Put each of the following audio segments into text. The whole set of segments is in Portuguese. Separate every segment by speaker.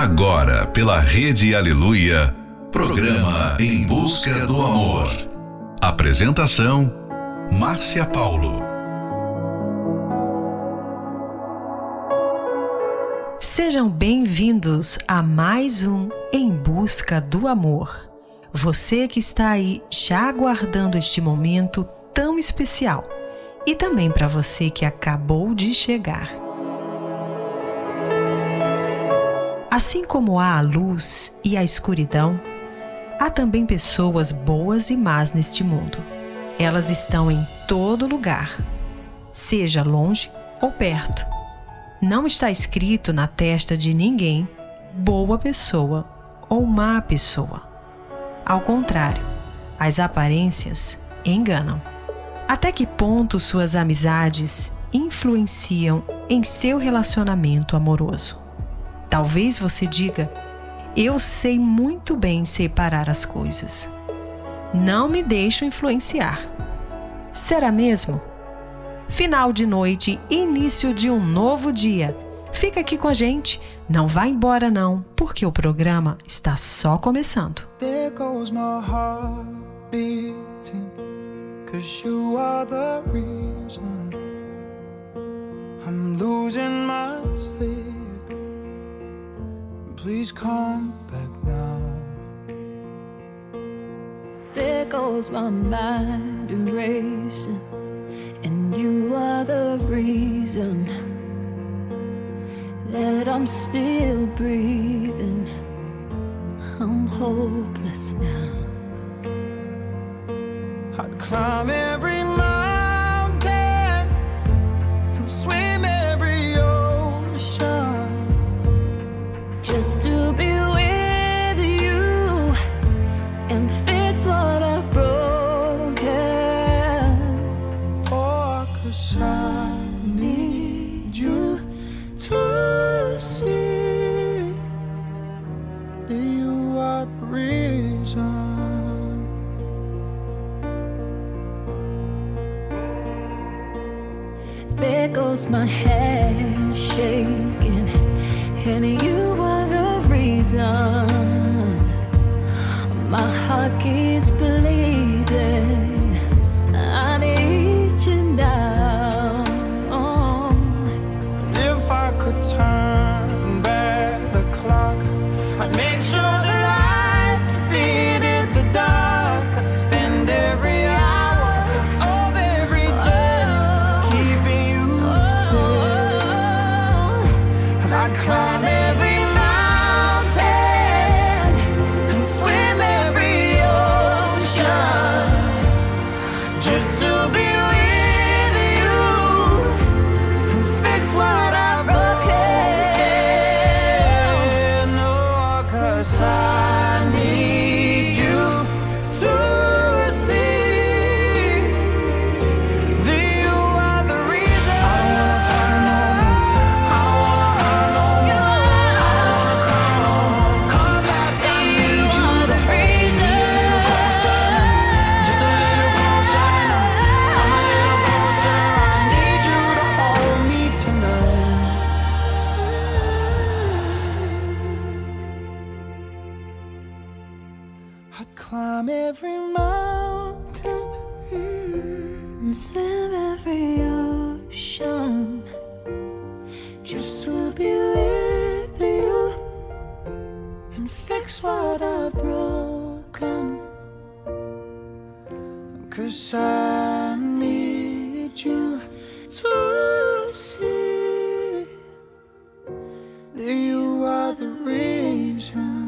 Speaker 1: Agora, pela Rede Aleluia, programa Em Busca do Amor. Apresentação, Márcia Paulo.
Speaker 2: Sejam bem-vindos a mais um Em Busca do Amor. Você que está aí já aguardando este momento tão especial. E também para você que acabou de chegar. Assim como há a luz e a escuridão, há também pessoas boas e más neste mundo. Elas estão em todo lugar, seja longe ou perto. Não está escrito na testa de ninguém boa pessoa ou má pessoa. Ao contrário, as aparências enganam. Até que ponto suas amizades influenciam em seu relacionamento amoroso? Talvez você diga, eu sei muito bem separar as coisas. Não me deixo influenciar. Será mesmo? Final de noite, início de um novo dia. Fica aqui com a gente, não vá embora não, porque o programa está só começando.
Speaker 3: There goes my heart beating, 'cause you are the reason I'm losing my sleep. Please come back now.
Speaker 4: There goes my mind erasing, and you are the reason that I'm still breathing. I'm hopeless now.
Speaker 3: I'd climb every mountain and swim every ocean
Speaker 4: just to be with you and fix what I've broken.
Speaker 3: Oh, 'cause I need you to see that you are the reason.
Speaker 4: There goes my hand shaking, and you are the reason my heart keeps bleeding. I need you now.
Speaker 3: If I could turn back the clock, I'd make sure the light defeated the dark. I'd spend every hour of every day keeping you safe. And I'd climb every mountain and swim every ocean just to be with you and fix what I've broken. Oh, 'cause I need you to see that you are the reason. I don't wanna fight no more. I don't wanna hurt no more. I don't wanna cry no more. Come back, I need you to hold me a little closer, just a little closer now. Come a little closer. I need you to hold me tonight. I'd climb every mountain
Speaker 4: And swim every ocean
Speaker 3: just to be with you and fix what I've broken. 'Cause I need you to see that you are the reason.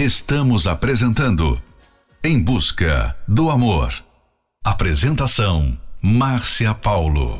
Speaker 1: Estamos apresentando Em Busca do Amor. Apresentação: Márcia Paulo.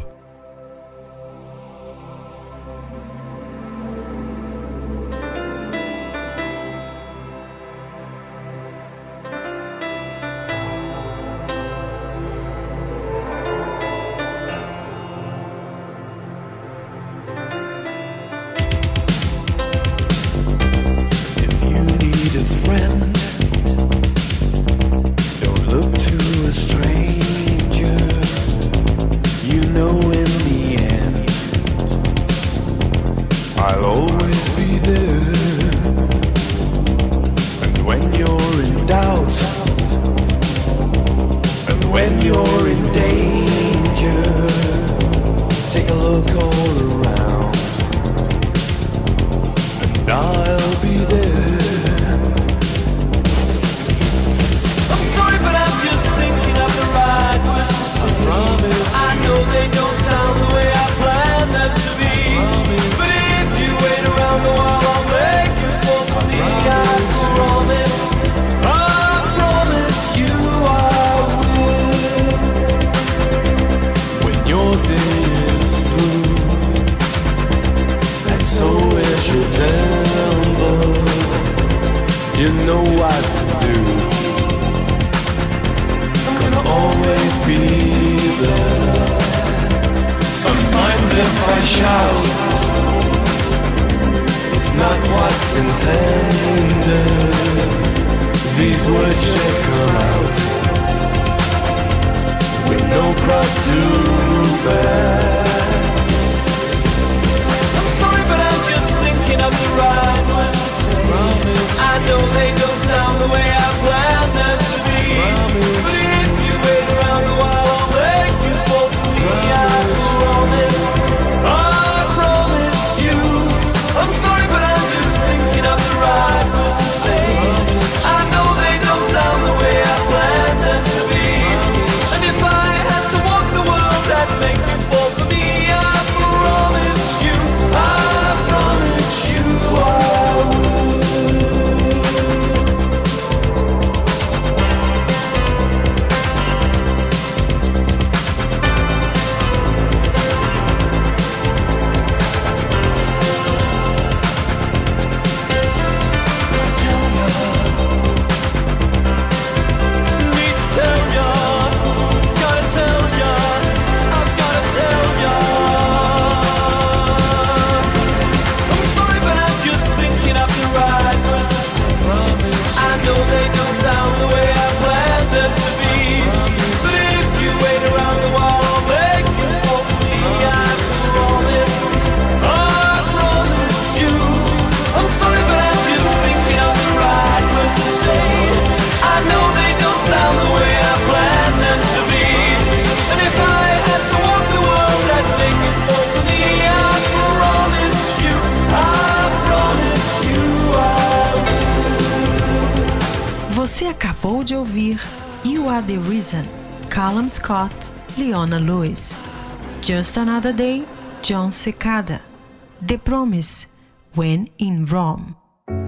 Speaker 2: Você acabou de ouvir You Are The Reason, Callum Scott, Leona Lewis. Just Another Day, John Cicada. The Promise, When in Rome.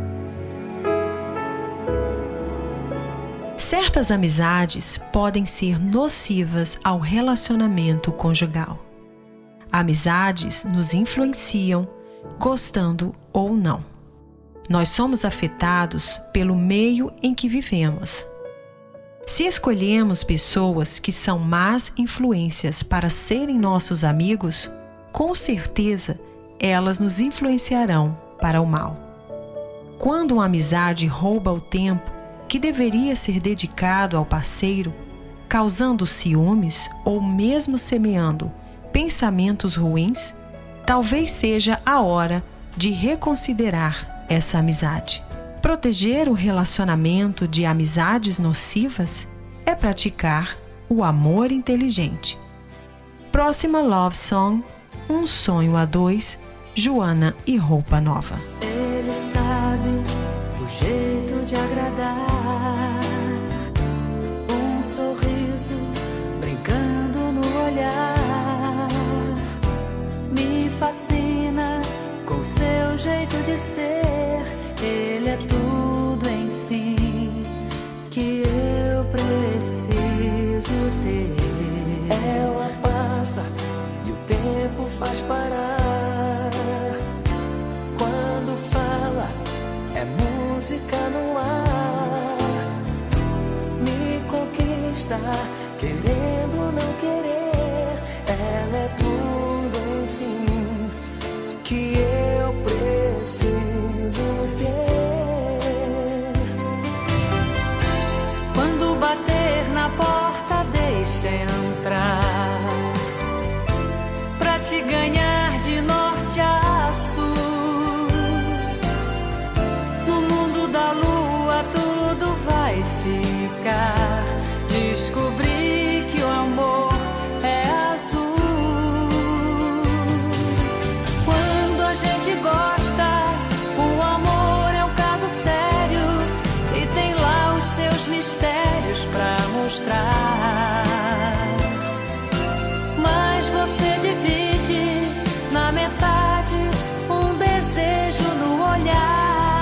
Speaker 2: Certas amizades podem ser nocivas ao relacionamento conjugal. Amizades nos influenciam, gostando ou não. Nós somos afetados pelo meio em que vivemos. Se escolhemos pessoas que são más influências para serem nossos amigos, com certeza elas nos influenciarão para o mal. Quando uma amizade rouba o tempo que deveria ser dedicado ao parceiro, causando ciúmes ou mesmo semeando pensamentos ruins, talvez seja a hora de reconsiderar essa amizade. Proteger o relacionamento de amizades nocivas é praticar o amor inteligente. Próxima Love Song, Um Sonho a Dois, Joana e Roupa Nova.
Speaker 4: Ele sabe o jeito de agradar, um sorriso brincando no olhar, me fascina com seu jeito de ser. Ele é tudo, enfim. você.
Speaker 5: Ela passa e o tempo faz parar. Quando fala, é música no ar. Me conquista, querendo não querer. Ela é tudo, enfim, que eu preciso ter.
Speaker 4: Quando bater na porta, deixa entrar, pra te ganhar de norte a sul. No mundo da lua tudo vai ficar. Descobri que o amor é azul. Quando a gente gosta, o amor é um caso sério e tem lá os seus mistérios pra mostrar. Mas você divide na metade um desejo no olhar.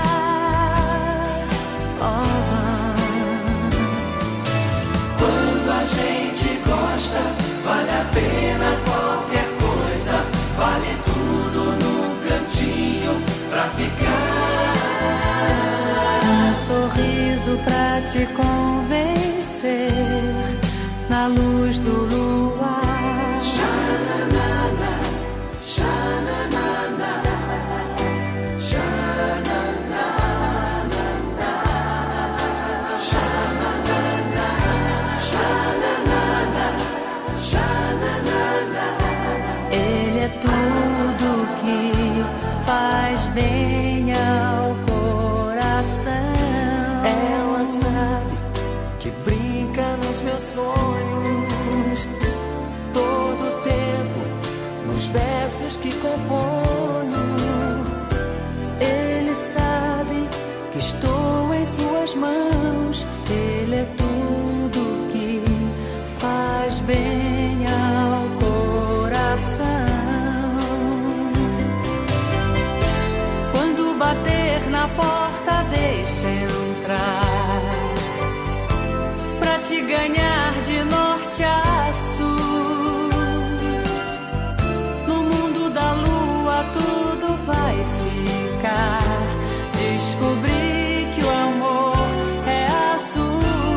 Speaker 5: Quando a gente gosta, vale a pena qualquer coisa. Vale tudo num cantinho pra ficar.
Speaker 4: Um sorriso pra te convencer na luz do luar.
Speaker 5: Xananana, xananana, xananana, xananana, xananana, xananana.
Speaker 4: Ele é tudo que faz bem ao coração.
Speaker 5: Ela sabe que brinca nos meus sonhos, todo tempo nos versos que componho.
Speaker 4: Ele sabe que estou em suas mãos. Ele é tudo que faz bem ao coração. Quando bater na porta, deixa entrar, pra te ganhar de norte a sul. No mundo da lua tudo vai ficar. Descobri que o amor é azul.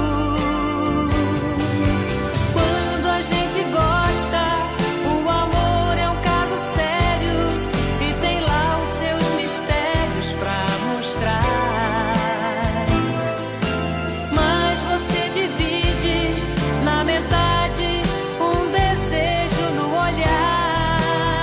Speaker 4: Quando a gente gosta, o amor é um caso sério e tem lá os seus mistérios pra mostrar. Mas você divide na metade um desejo no olhar.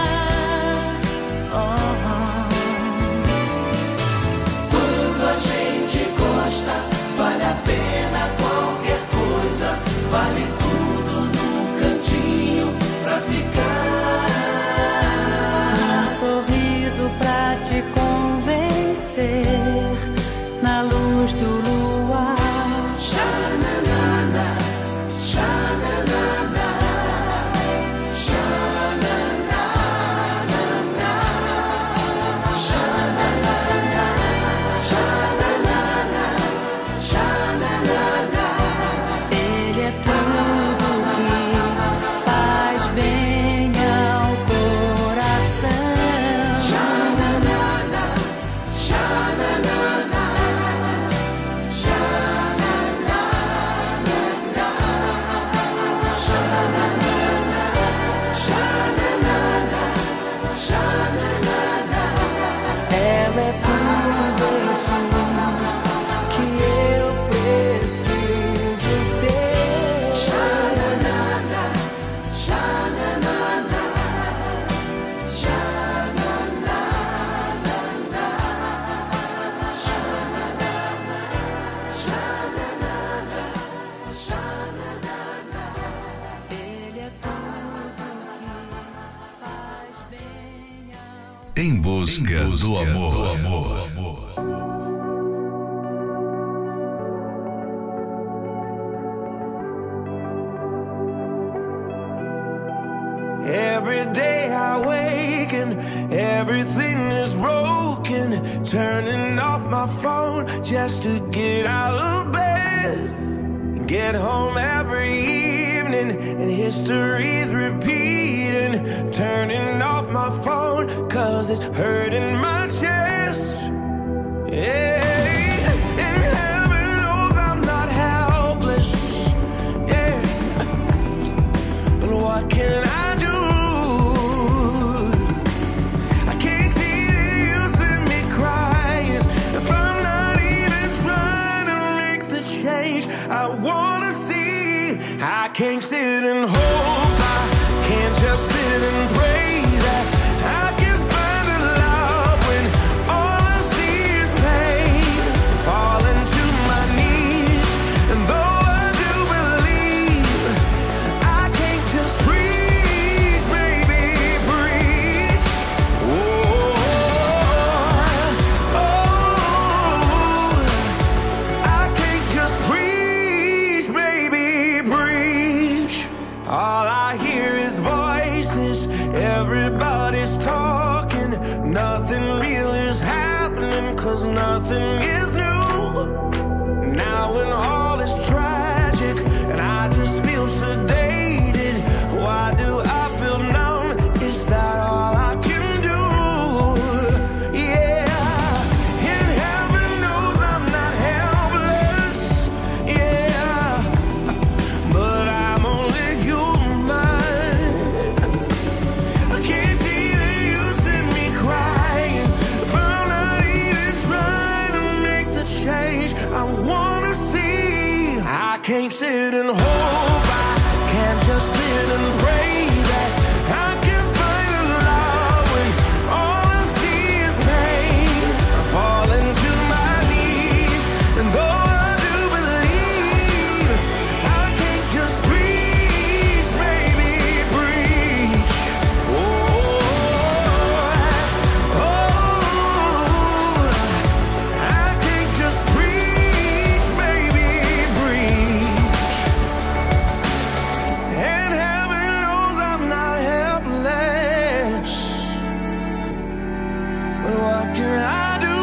Speaker 5: Quando a gente gosta, vale a pena qualquer coisa. Vale tudo num cantinho pra ficar.
Speaker 4: Um sorriso pra te convencer na luz do luar.
Speaker 5: Xananana, xananana, xananana, xananana, xananana, xananana.
Speaker 4: Ele é tudo que faz bem ao coração.
Speaker 5: Xananana, xananana, ela é tudo, enfim, que eu preciso ter. Xananana, xananana, xananana, xananana, xananana.
Speaker 4: Ele é tudo que faz bem ao
Speaker 1: Em busca do amor.
Speaker 3: Every day I wake and everything is broken. Turning off my phone just to get out of bed. Get home every evening ending and history's repeating. Turning off my phone 'cause it's hurting my chest. Yeah, and heaven knows I'm not helpless. Yeah, but what can I do? I can't see the use in me crying if I'm not even trying to make the change I wanna see. I can't sit and hope, I can't just sit and pray that I can find the love when all I see is pain. Falling to my knees, and though I do believe, I can't just preach, baby, preach. I can't just preach, baby, preach. All I hear is voices, everybody's talking. Nothing real is happening 'cause nothing is new. Now when all is tragic and I just feel sedated, why do I feel numb? Is that all I can do? Yeah, and heaven knows I'm not helpless. Yeah, but I'm only human. I can't see the use in me crying if I'm not even trying to make the change I wanna see. I can't sit and hope, I can't just sit and pray that I can find the love when all I see is pain. I fall into my knees, and though I do believe, I can't just preach, baby, preach. I can't just preach, baby, preach. And heaven knows I'm not helpless, but what can I do?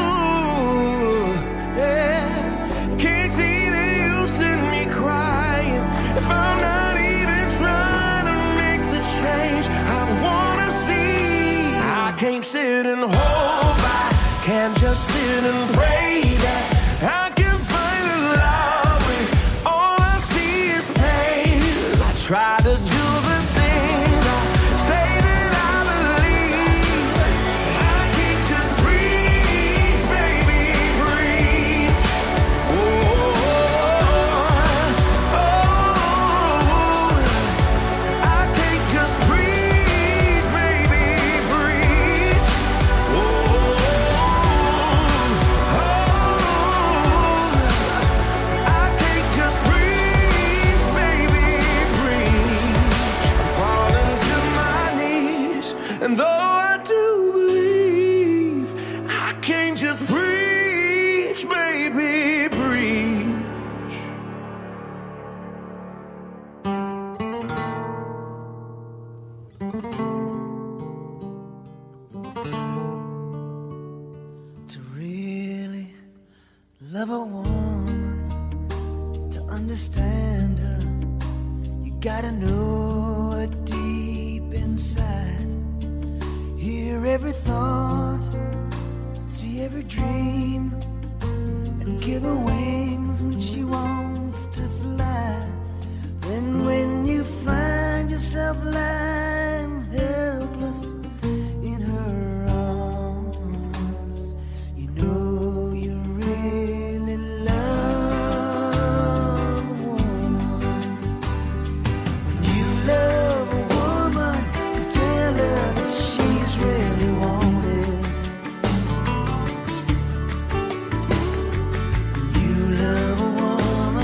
Speaker 3: Yeah, can't see the use in me crying if I'm not even trying to make the change I wanna see. I can't sit and hope, I can't just sit and pray that I can find the love when all I see is pain. I try to do the things I say that I believe. I can't just preach, baby, preach. I can't just preach, baby, preach. I can't just preach, baby, preach. I'm falling to my knees, and though I do believe, I can't just preach, baby, preach.
Speaker 5: To really love a woman, to understand her, you gotta know her deep inside. Hear every thought, see every dream, and give her wings when she wants to fly. Then when you find yourself lying helpless in her arms, you know you really love a woman. When you love a woman, you tell her that she's really wanted. When you love a woman,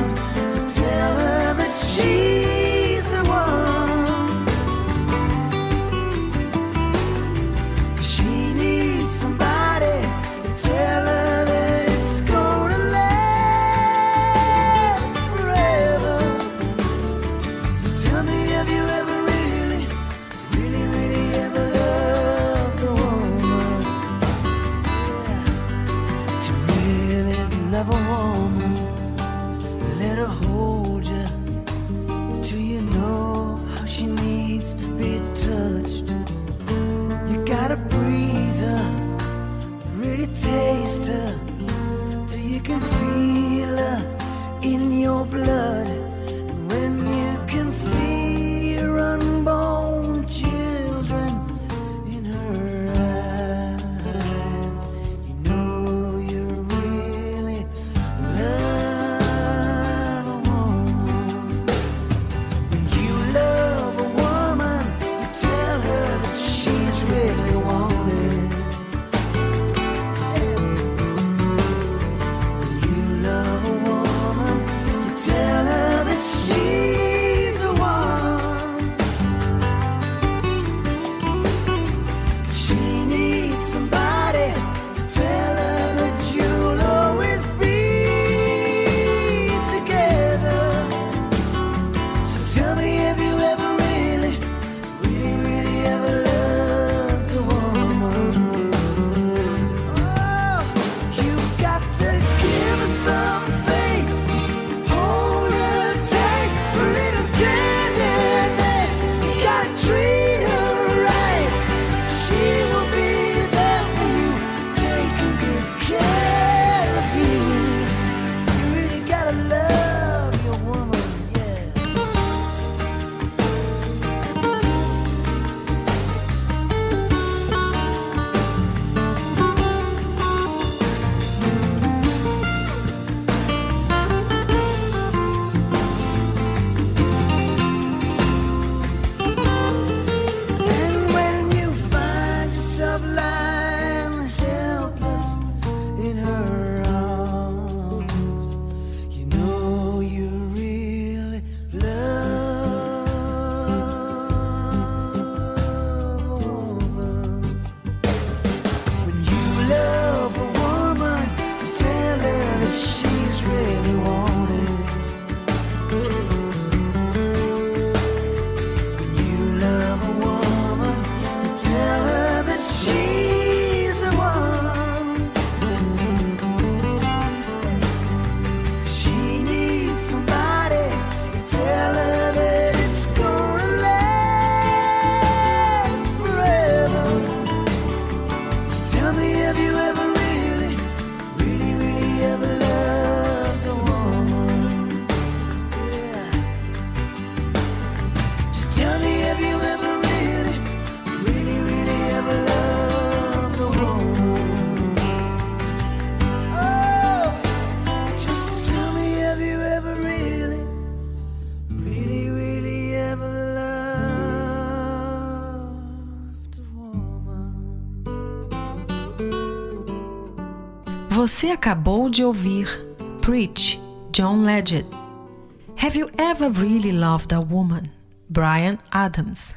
Speaker 2: Você acabou de ouvir Preach, John Legend. Have you ever really loved a woman? Bryan Adams.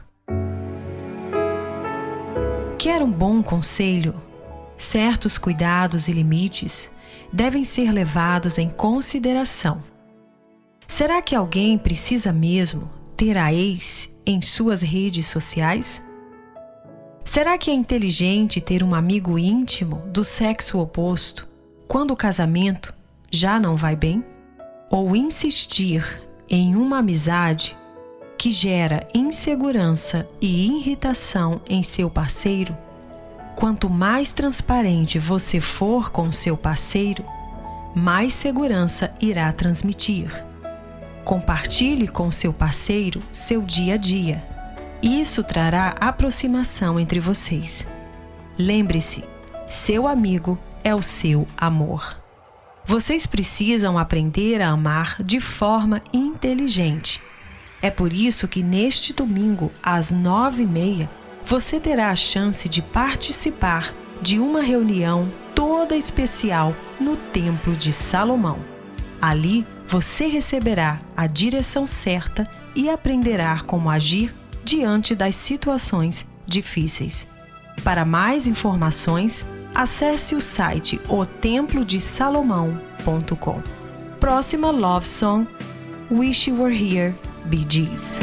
Speaker 2: Quer um bom conselho? Certos cuidados e limites devem ser levados em consideração. Será que alguém precisa mesmo ter a ex em suas redes sociais? Será que é inteligente ter um amigo íntimo do sexo oposto quando o casamento já não vai bem? Ou insistir em uma amizade que gera insegurança e irritação em seu parceiro? Quanto mais transparente você for com seu parceiro, mais segurança irá transmitir. Compartilhe com seu parceiro seu dia a dia. Isso trará aproximação entre vocês. Lembre-se, seu amigo é o seu amor. Vocês precisam aprender a amar de forma inteligente. É por isso que neste domingo, às 9h30, você terá a chance de participar de uma reunião toda especial no Templo de Salomão. Ali, você receberá a direção certa e aprenderá como agir diante das situações difíceis. Para mais informações, acesse o site otemplodesalomão.com. Próxima Love Song, Wish You Were Here, Bee Gees.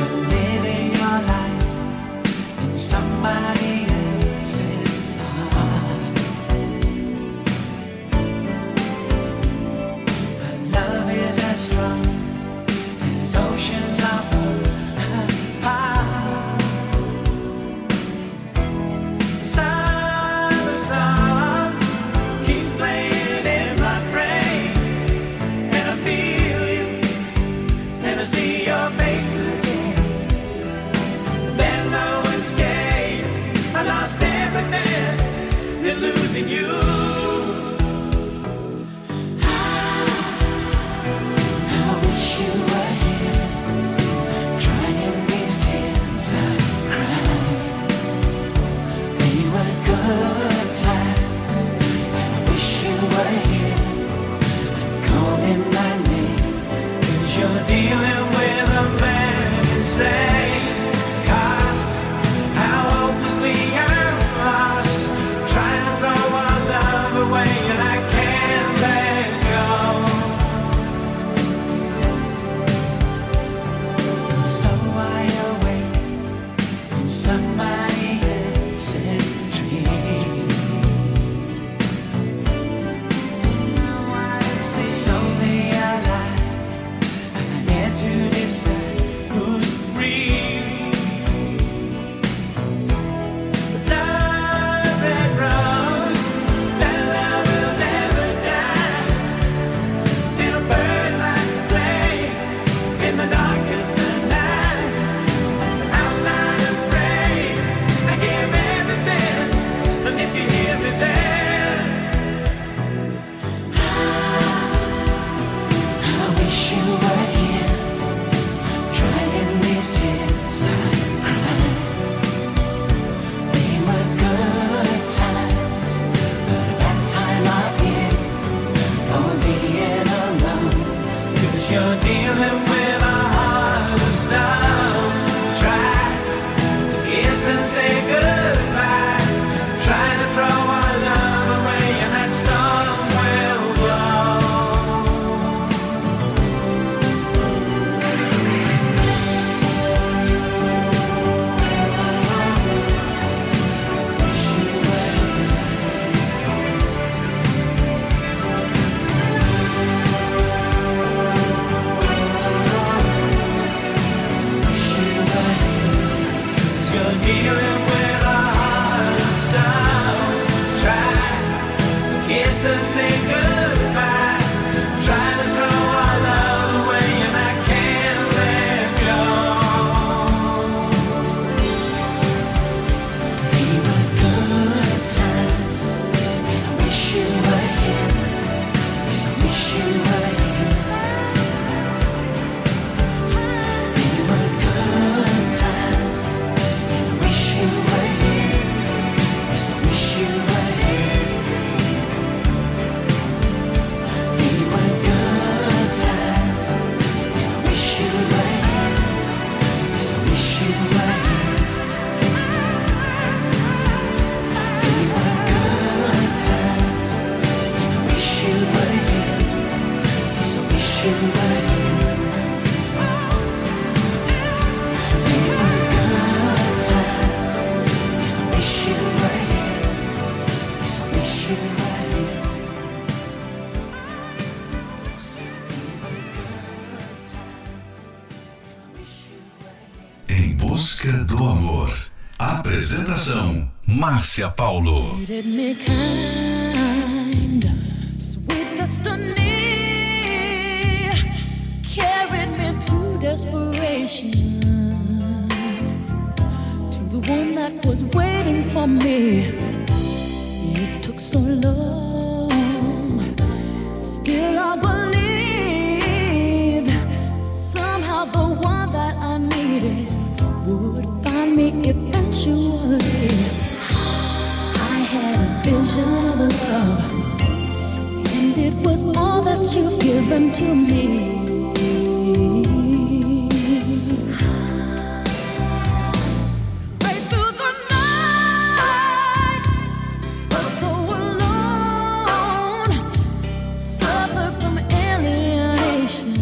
Speaker 5: Somebody else's heart. And love is as strong as oceans are apart. The song keeps playing in my brain, and I feel you, and I see your face again. And losing you. I wish you were here, drying these tears I cried. They were good times, and I wish you were here and calling my name, 'cause you're dealing with a man insane. Cost how hopelessly I'm lost. Trying to throw our love away, and I can't let go. And so I awake in somebody else's dream. It's only a lie, and I get to decide who's real. In the dark of the night, I'm not afraid.
Speaker 1: busca do amor. Apresentação: Márcia Paulo.
Speaker 4: Treated me kind, sweet destiny, carried me through desperation to the one that was waiting for me. It took so long, still I believed somehow the one that I needed would find me eventually. I had a vision of love, and it was all that you've given to me. Right through the nights, but so alone, suffered from alienation,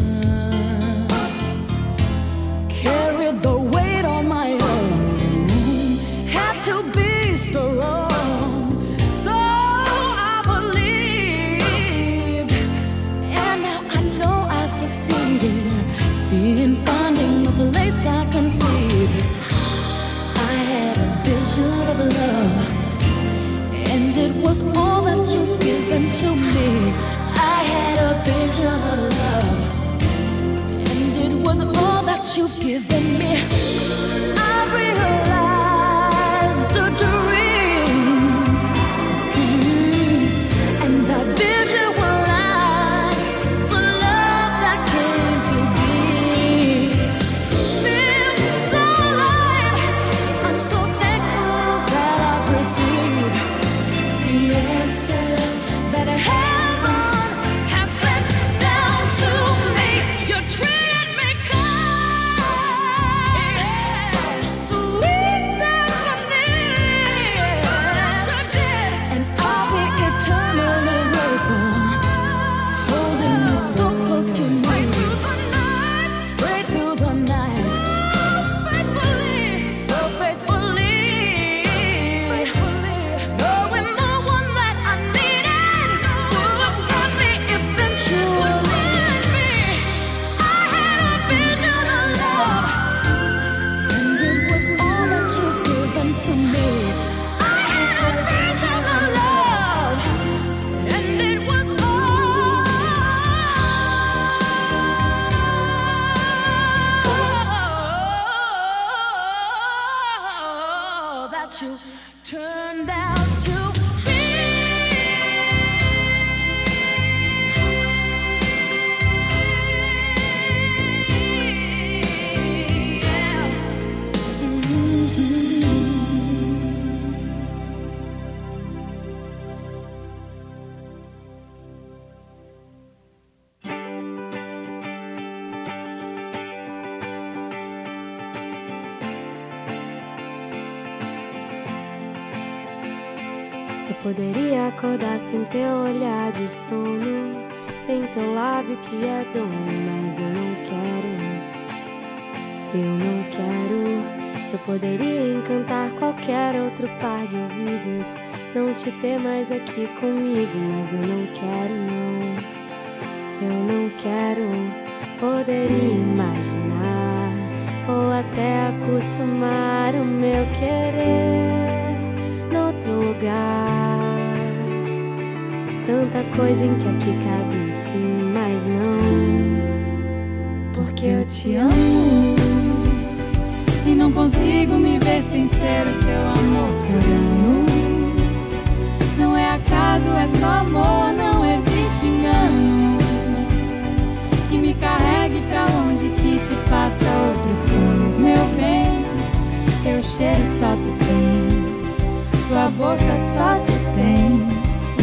Speaker 4: carried the weight on my own, had to be strong. So I believed, and now I know I've succeeded in finding a place I can see. I had a vision of love, and it was all that you've given to me. I had a vision of love, and it was all that you've given me. I realized a dream, and that vision was the love that came to be. Feels so alive. I'm so thankful that I've received the answer that heaven has sent down to me. You treated me kind, sweet destiny. You did, and I'll be eternally grateful, holding you so close to me. Right through the nights, so faithfully, knowing the one that I needed would find me eventually. I had a vision of love, and it was all that you've given to me. I had a vision of love, and it was all that you turned out to be. Yeah.
Speaker 6: Eu poderia acordar sem teu olhar de sono, sem teu lábio que é dono, mas eu não quero. Eu não quero. Eu poderia encantar qualquer outro par de ouvidos, não te ter mais aqui comigo, mas eu não quero, não. Eu não quero. Poderia imaginar ou até acostumar o meu querer noutro lugar. Tanta coisa em que aqui cabe um sim, mas não.
Speaker 7: Porque eu te amo e não consigo me ver sem ser o teu amor por anos. Não é acaso, é só amor, não existe engano. Que me carregue pra onde que te faça outros planos, meu bem. Teu cheiro só tu tem, tua boca só tu tem.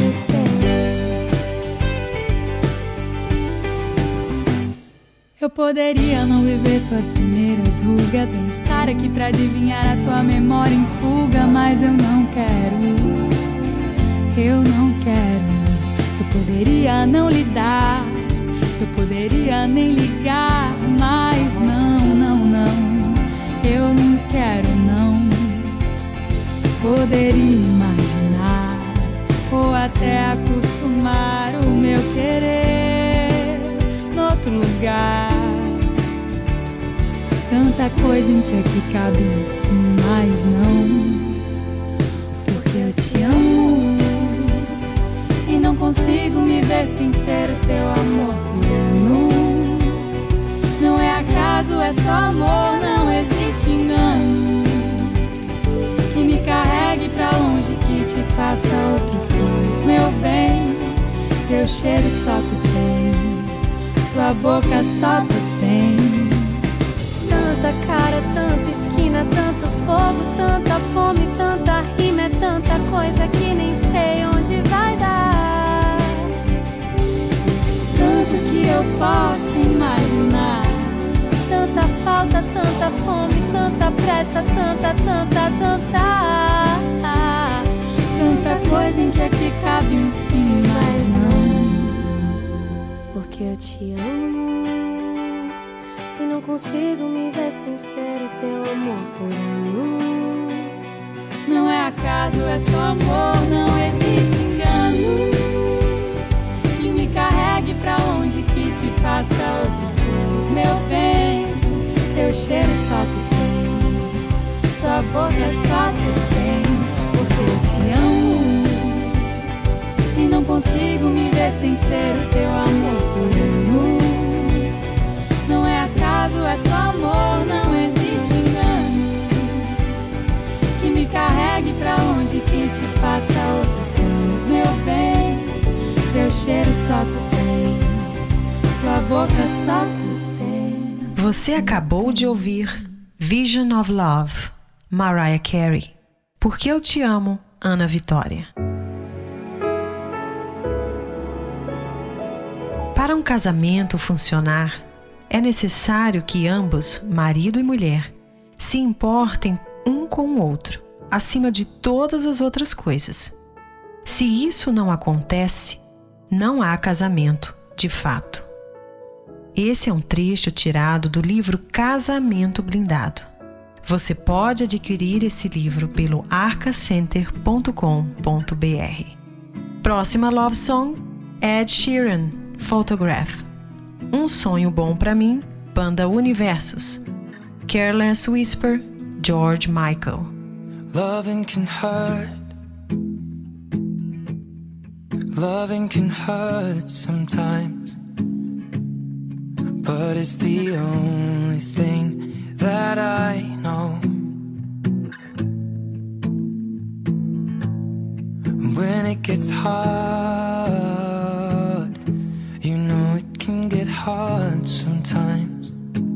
Speaker 7: Eu poderia não viver tuas primeiras rugas, nem estar aqui pra adivinhar a tua memória em fuga, mas eu não quero, eu não quero. Eu poderia não lidar, eu poderia nem ligar, mas não, não, não, eu não quero, não. Poderia imaginar ou até acostumar o meu querer noutro lugar. tanta coisa em que aqui cabe sim, mas não. Porque eu te amo e não consigo me ver sem ser o teu amor por anos. Não é acaso, é só amor, não existe engano. Que me carregue pra longe, que te faça outros planos, meu bem. Teu cheiro só tu tem, tua boca só tu tem.
Speaker 6: Tanta cara, tanta esquina, tanto fogo, tanta fome, tanta rima, é tanta coisa que nem sei onde vai dar.
Speaker 7: Tanto que eu posso imaginar,
Speaker 6: Tanta falta, tanta fome, tanta pressa, tanta
Speaker 7: coisa em que aqui cabe um sim, mas não.
Speaker 6: Porque eu te amo e não consigo me ver sem ser o teu amor por anos.
Speaker 7: Não é acaso, é só amor, não existe engano. Que me carregue pra longe, que te faça outros planos, meu bem. Teu cheiro só tu tem, tua boca só tu tem. Porque eu te amo e não consigo me ver sem ser o teu amor por anos. Não é acaso, é só amor, não existe engano. Que me carregue pra longe, que te faça outros planos, meu bem. Teu cheiro só tu tem, tua boca só tu tem.
Speaker 2: Você acabou de ouvir Vision of Love, Mariah Carey. Porque eu te amo, Ana Vitória. Para um casamento funcionar, é necessário que ambos, marido e mulher, se importem um com o outro, acima de todas as outras coisas. Se isso não acontece, não há casamento de fato. Esse é um trecho tirado do livro Casamento Blindado. Você pode adquirir esse livro pelo arcacenter.com.br. Próxima love song, Ed Sheeran, Photograph. Um sonho bom pra mim, Banda Universos. Careless Whisper, George Michael.
Speaker 3: Loving can hurt. Loving can hurt sometimes. But it's the only thing that I know. When it gets hard, you know it can get hard sometimes.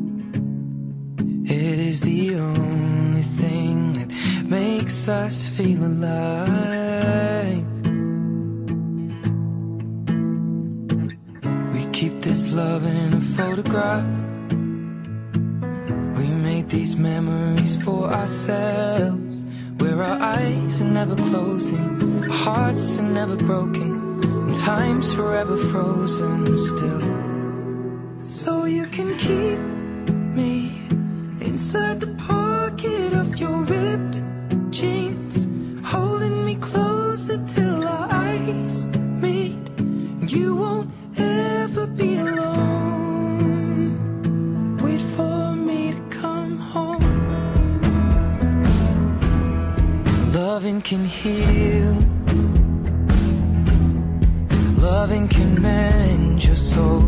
Speaker 3: It is the only thing that makes us feel alive. We keep this love in a photograph. We made these memories for ourselves, where our eyes are never closing, our hearts are never broken, and time's forever frozen still. So you can keep me inside the pocket of your ripped jeans, holding me closer till our eyes meet. You won't ever be alone. Wait for me to come home. Loving can heal. Loving can mend your soul.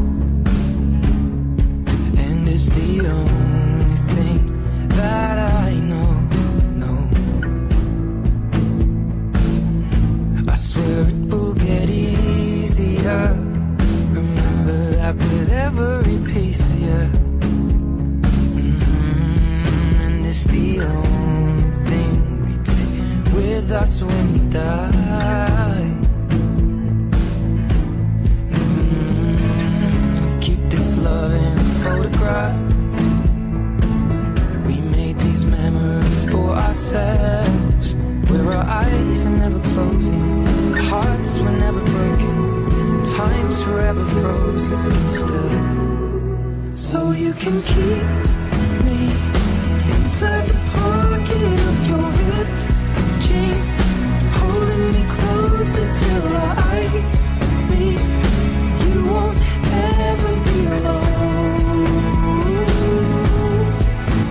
Speaker 3: And it's the only thing that I know. I swear it will get easier. Remember that with every piece of you. And it's the only thing we take with us when we die. We keep this love in its photograph. We made these memories for ourselves, where our eyes are never closing, our hearts were never broken, time's forever frozen still. So you can keep me inside the pocket of your ripped jeans, holding me closer till our eyes meet. You won't ever be alone.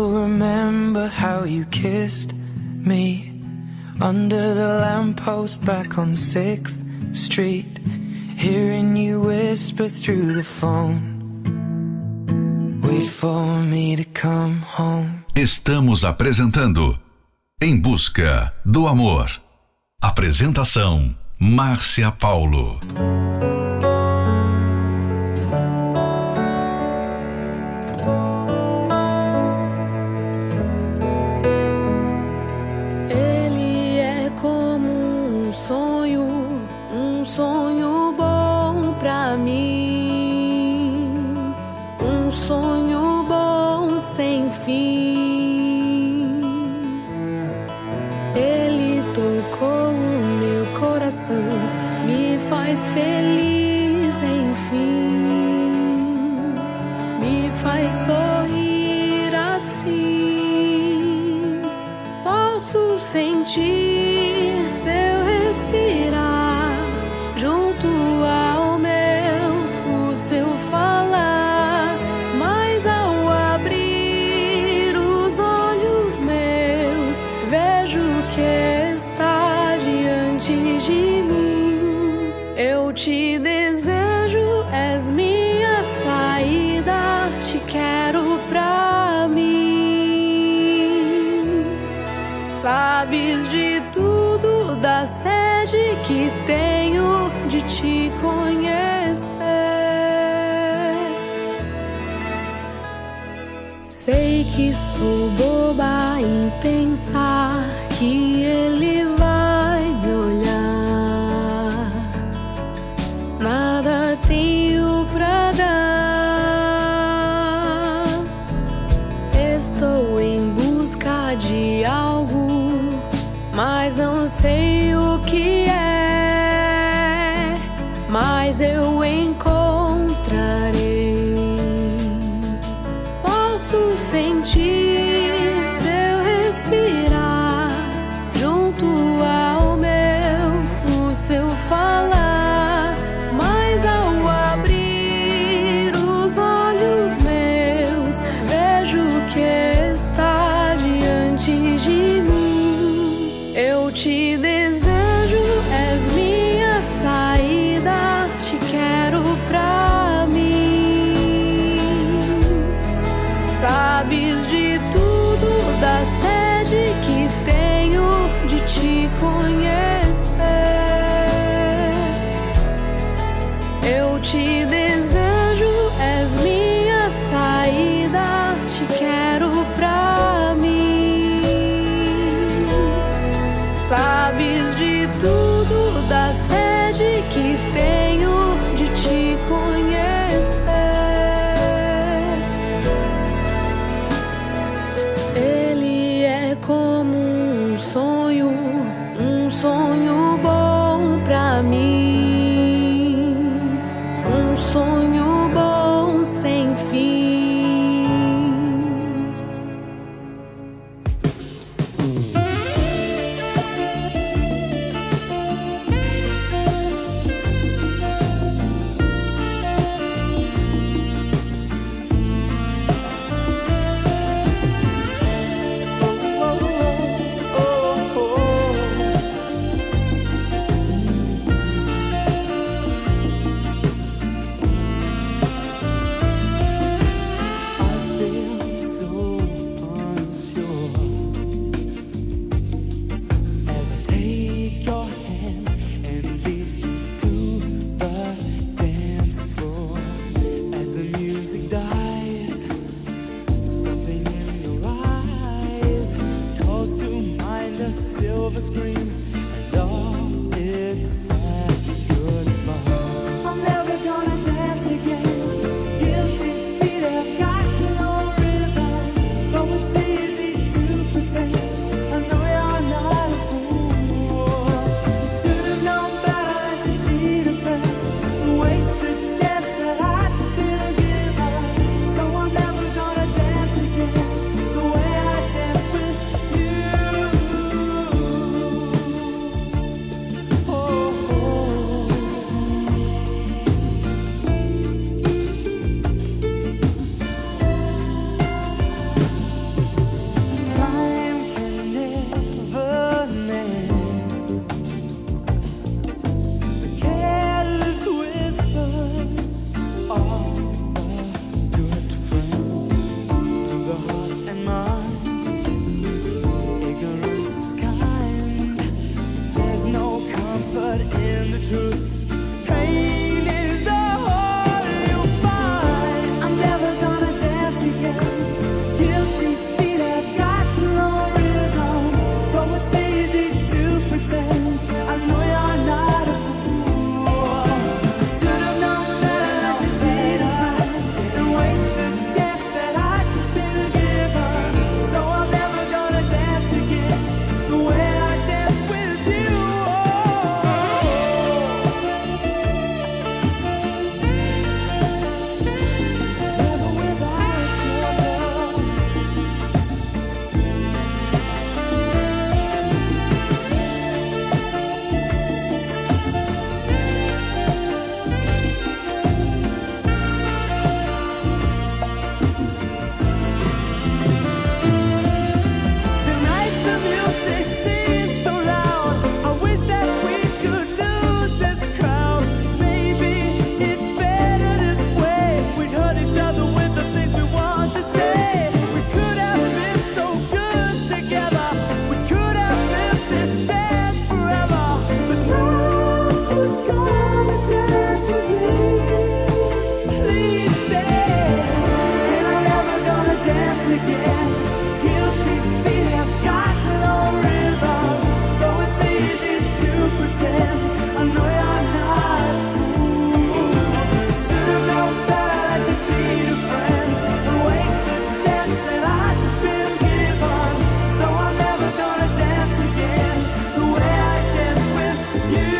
Speaker 3: still remember how you kissed me under the lamppost back on 6th Street, hearing you whisper through the phone. Wait for me to come home.
Speaker 1: Estamos apresentando Em Busca do Amor. Apresentação Márcia Paulo.
Speaker 6: Ele é como um sonho bom pra mim, um sonho bom sem fim. Ele tocou o meu coração, me faz feliz, enfim, me faz sorrir assim. Posso sentir seu respirar junto ao meu, o seu falar, mas ao abrir os olhos meus, vejo que está diante de mim. Eu te desejo, és minha saída, te quero pra mim. Sabes de tudo, da sede que tenho de te conhecer. Sei que sou boba em pensar que ele vai me olhar. Nada tenho pra dar. Estou em busca de algo, mas não sei o que é. Mas eu encontrarei. Posso sentir seu respirar junto ao meu, o seu falar, mas ao abrir os olhos meus, vejo que está diante de mim. Eu te desejo, és minha saída, te quero pra mim. Sabes de tudo, da sede que tenho de te conhecer. Eu te desejo, és minha saída, te quero pra mim. Sabes de tudo, da sede que tenho de te conhecer. Ele é como um sonho bom pra mim, um sonho bom sem fim.
Speaker 5: Silver screen and all its sad goodbye. I'm never gonna dance again. Guilty feet have got no rhythm. Though it's easy to pretend, I know you're not a fool. You should have known better than to cheat a friend and waste the chance that I'd been given. So I'm never gonna dance again the way I danced with you. guilty feet have got no rhythm. Though it's easy to pretend, I know you're not a fool. Should've known better to cheat a friend and waste the chance that I'd been given. So I'm never gonna dance again the way I danced with you.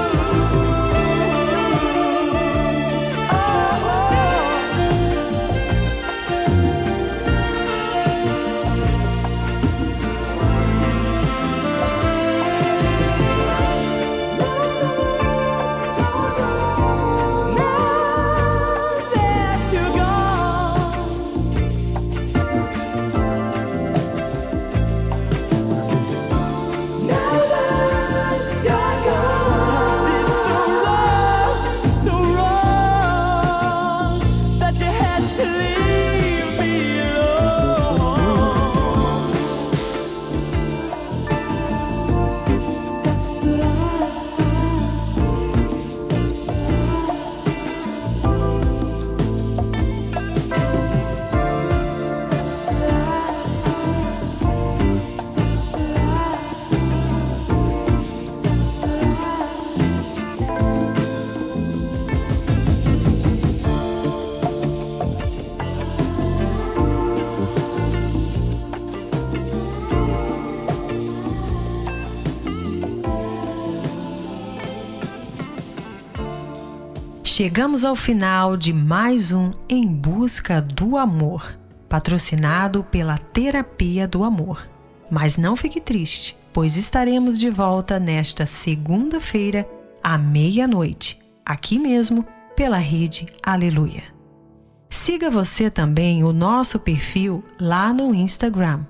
Speaker 2: Chegamos ao final de mais um Em Busca do Amor, patrocinado pela Terapia do Amor. Mas não fique triste, pois estaremos de volta nesta segunda-feira, à meia-noite, aqui mesmo, pela rede Aleluia. Siga você também o nosso perfil lá no Instagram,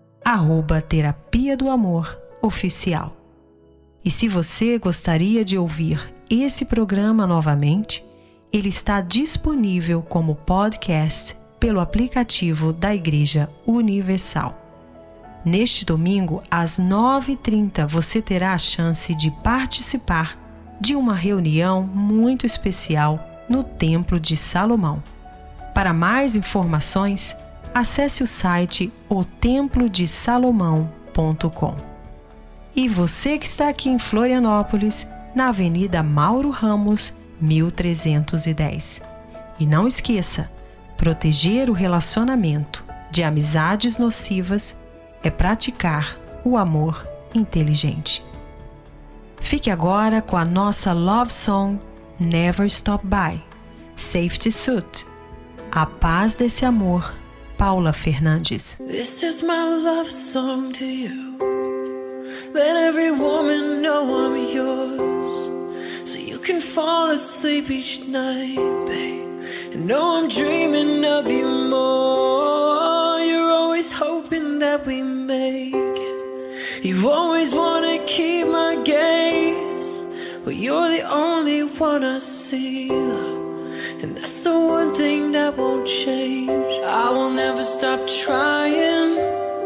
Speaker 2: @Terapia do Amor Oficial. E se você gostaria de ouvir esse programa novamente, ele está disponível como podcast pelo aplicativo da Igreja Universal. Neste domingo, às 9h30, você terá a chance de participar de uma reunião muito especial no Templo de Salomão. Para mais informações, acesse o site otemplodesalomão.com. E você que está aqui em Florianópolis, na Avenida Mauro Ramos, 1310. E não esqueça, proteger o relacionamento de amizades nocivas é praticar o amor inteligente. Fique agora com a nossa love song Never Stop By, Safety Suit. A paz desse amor, Paula Fernandes.
Speaker 5: This is my love song to you. Let every woman know I'm yours, so you can fall asleep each night, babe, and know I'm dreaming of you more. You're always hoping that we make it. You always wanna keep my gaze, but you're the only one I see, love, and that's the one thing that won't change. I will never stop trying,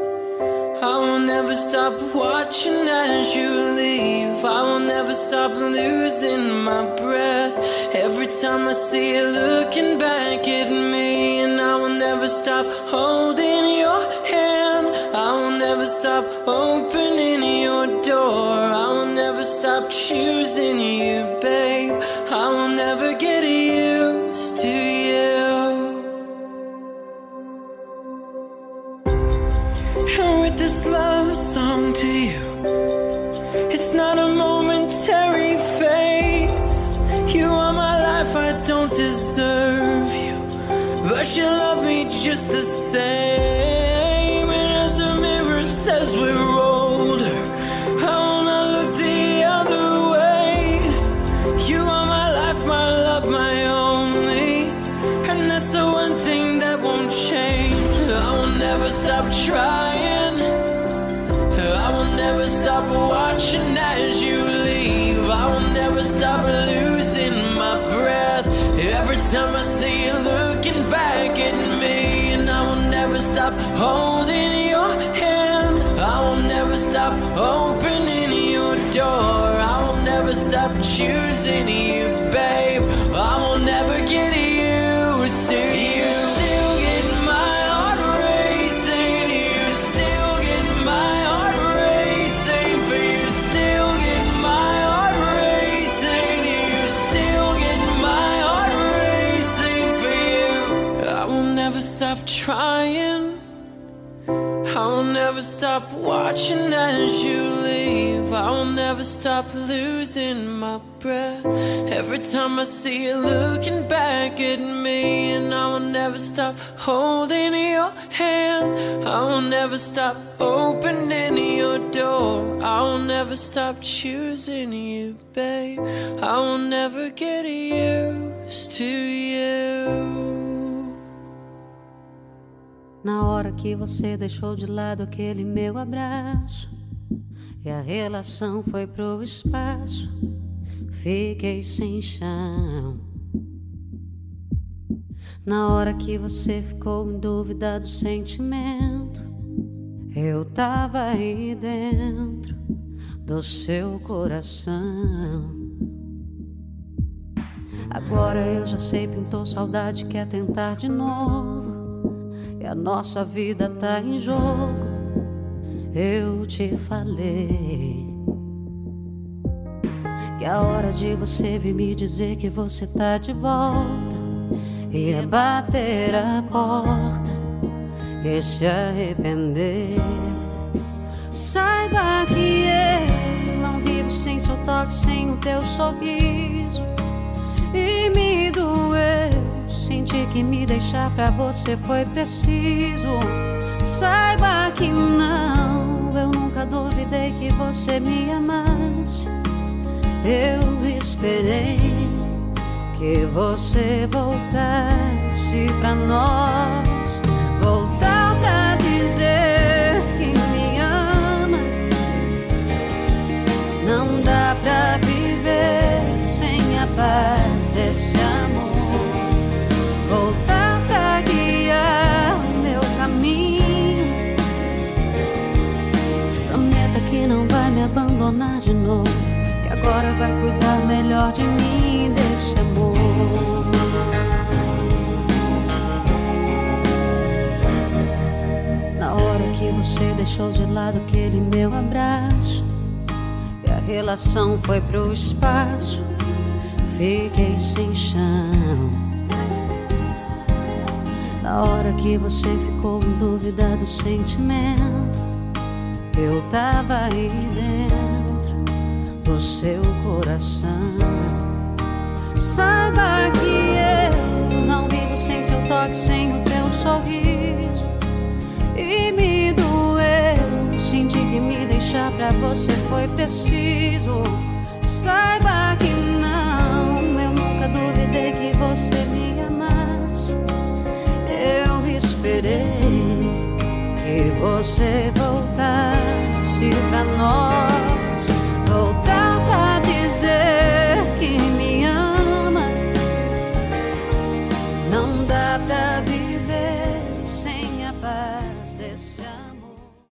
Speaker 5: I will never stop watching as you leave. I will never stop losing my breath every time I see you looking back at me. And I will never stop holding your hand, I will never stop opening your door. I will never stop choosing you, babe. I will never get used to you. And with this love song to you, it's not a momentary phase. You are my life, I don't deserve you, but you love me just the same. And as the mirror says we're older, I will not look the other way. You are my life, my love, my only, and that's the one thing that won't change. I will never stop trying, I will never stop watching as you leave. I will never stop losing my breath every time I see you looking back at me. And I will never stop holding your hand, I will never stop opening your door. I will never stop choosing you, babe. I will never get used to you. Still get my heart racing, you
Speaker 3: will never stop watching as you leave. I will never stop losing my breath every time I see you looking back at me. And I will never stop holding your hand. I will never stop opening your door. I will never stop choosing you, babe. I will never get used to you.
Speaker 8: Na hora que você deixou de lado aquele meu abraço e a relação foi pro espaço, fiquei sem chão. Na hora que você ficou em dúvida do sentimento, eu tava aí dentro do seu coração. Agora eu já sei, pintou saudade, quer tentar de novo, e a nossa vida tá em jogo. Eu te falei que a hora de você vir me dizer que você tá de volta ia bater a porta e se arrepender. Saiba que eu não vivo sem seu toque, sem o teu sorriso, e me doeu sentir que me deixar pra você foi preciso. Saiba que não, eu nunca duvidei que você me amasse. Eu esperei que você voltasse pra nós, voltar pra dizer que me ama. Não dá pra viver sem a paz desse amor. Voltar pra guiar o meu caminho. Prometa que não vai me abandonar de novo, que agora vai cuidar melhor de mim, desse amor. Na hora que você deixou de lado aquele meu abraço e a relação foi pro espaço, fiquei sem chão. Na hora que você ficou em dúvida do sentimento, eu tava aí dentro do seu coração. Saiba que eu não vivo sem seu toque, sem o teu sorriso, e me doeu sentir que me deixar pra você foi preciso. Saiba que não, eu nunca duvidei que você me amasse. Eu esperei que você voltasse pra nós,